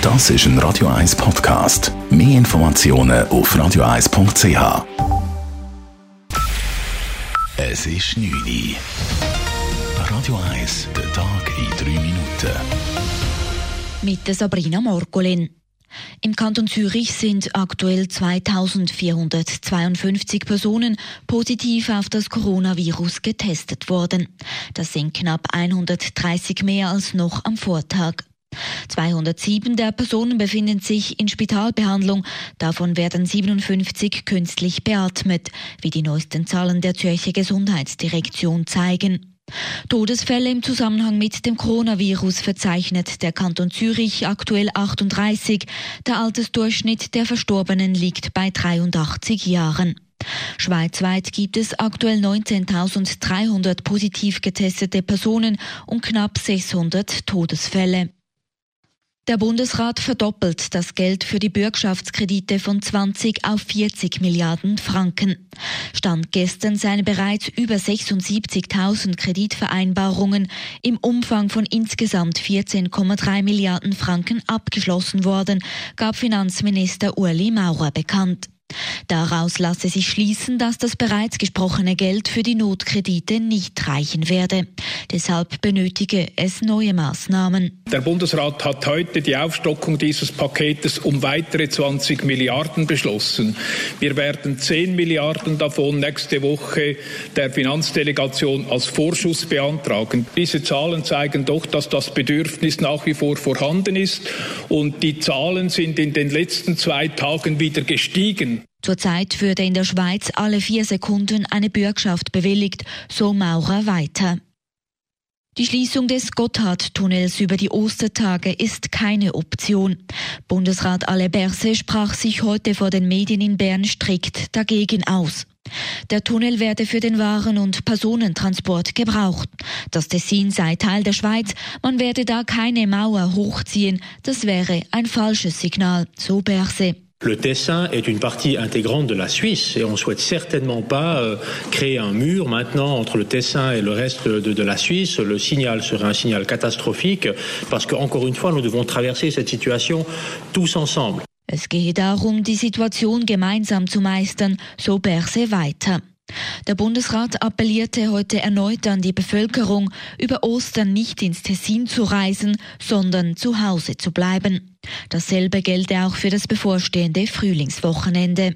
Das ist ein Radio 1 Podcast. Mehr Informationen auf radio1.ch. Es ist 9 Uhr. Radio 1, der Tag in 3 Minuten. Mit der Sabrina Morgolin. Im Kanton Zürich sind aktuell 2452 Personen positiv auf das Coronavirus getestet worden. Das sind knapp 130 mehr als noch am Vortag. 207 der Personen befinden sich in Spitalbehandlung, davon werden 57 künstlich beatmet, wie die neuesten Zahlen der Zürcher Gesundheitsdirektion zeigen. Todesfälle im Zusammenhang mit dem Coronavirus verzeichnet der Kanton Zürich aktuell 38. Der Altersdurchschnitt der Verstorbenen liegt bei 83 Jahren. Schweizweit gibt es aktuell 19.300 positiv getestete Personen und knapp 600 Todesfälle. Der Bundesrat verdoppelt das Geld für die Bürgschaftskredite von 20 auf 40 Milliarden Franken. Stand gestern seien bereits über 76.000 Kreditvereinbarungen im Umfang von insgesamt 14,3 Milliarden Franken abgeschlossen worden, gab Finanzminister Ueli Maurer bekannt. Daraus lasse sich schließen, dass das bereits gesprochene Geld für die Notkredite nicht reichen werde. Deshalb benötige es neue Maßnahmen. Der Bundesrat hat heute die Aufstockung dieses Paketes um weitere 20 Milliarden beschlossen. Wir werden 10 Milliarden davon nächste Woche der Finanzdelegation als Vorschuss beantragen. Diese Zahlen zeigen doch, dass das Bedürfnis nach wie vor vorhanden ist und die Zahlen sind in den letzten 2 Tagen wieder gestiegen. Zurzeit würde in der Schweiz alle 4 Sekunden eine Bürgschaft bewilligt, so Maurer weiter. Die Schließung des Gotthardtunnels über die Ostertage ist keine Option. Bundesrat Alain Berset sprach sich heute vor den Medien in Bern strikt dagegen aus. Der Tunnel werde für den Waren- und Personentransport gebraucht. Das Tessin sei Teil der Schweiz, man werde da keine Mauer hochziehen, das wäre ein falsches Signal, so Berset. Le Tessin est une partie intégrante de la Suisse et on ne souhaite certainement pas créer un mur maintenant entre le Tessin et le reste de la Suisse. Le signal serait un signal catastrophique parce que, encore une fois, nous devons traverser cette situation tous ensemble. Es gehe darum, die Situation gemeinsam zu meistern, so Berset weiter. Der Bundesrat appellierte heute erneut an die Bevölkerung, über Ostern nicht ins Tessin zu reisen, sondern zu Hause zu bleiben. Dasselbe gelte auch für das bevorstehende Frühlingswochenende.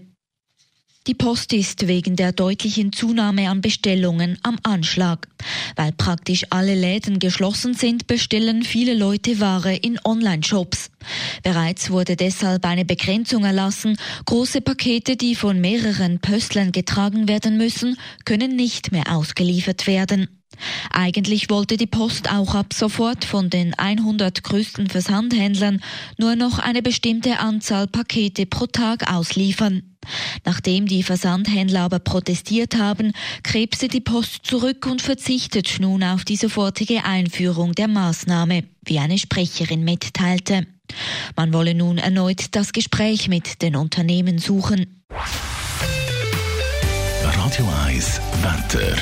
Die Post ist wegen der deutlichen Zunahme an Bestellungen am Anschlag. Weil praktisch alle Läden geschlossen sind, bestellen viele Leute Ware in Online-Shops. Bereits wurde deshalb eine Begrenzung erlassen. Große Pakete, die von mehreren Pöstlern getragen werden müssen, können nicht mehr ausgeliefert werden. Eigentlich wollte die Post auch ab sofort von den 100 größten Versandhändlern nur noch eine bestimmte Anzahl Pakete pro Tag ausliefern. Nachdem die Versandhändler aber protestiert haben, krebste die Post zurück und verzichtet nun auf die sofortige Einführung der Maßnahme, wie eine Sprecherin mitteilte. Man wolle nun erneut das Gespräch mit den Unternehmen suchen. Radio 1 Wetter.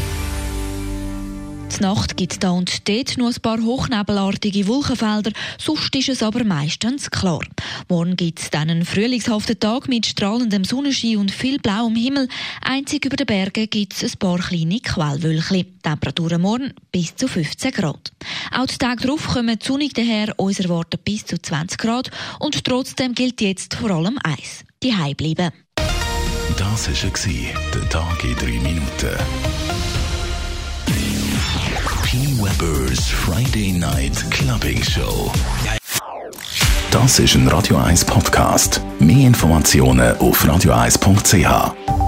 Die Nacht gibt da und dort nur ein paar hochnebelartige Wolkenfelder, sonst ist es aber meistens klar. Morgen gibt es dann einen frühlingshaften Tag mit strahlendem Sonnenschein und viel blauem Himmel. Einzig über den Bergen gibt es ein paar kleine Quellwölkchen. Temperaturen morgen bis zu 15 Grad. Auch die Tage darauf kommen sonnig daher, uns erwarten bis zu 20 Grad und trotzdem gilt jetzt vor allem eins: die Heim bleiben. Das war der Tag in 3 Minuten. P. Weber's Friday Night Clubbing Show. Das ist ein Radio 1 Podcast. Mehr Informationen auf radio1.ch.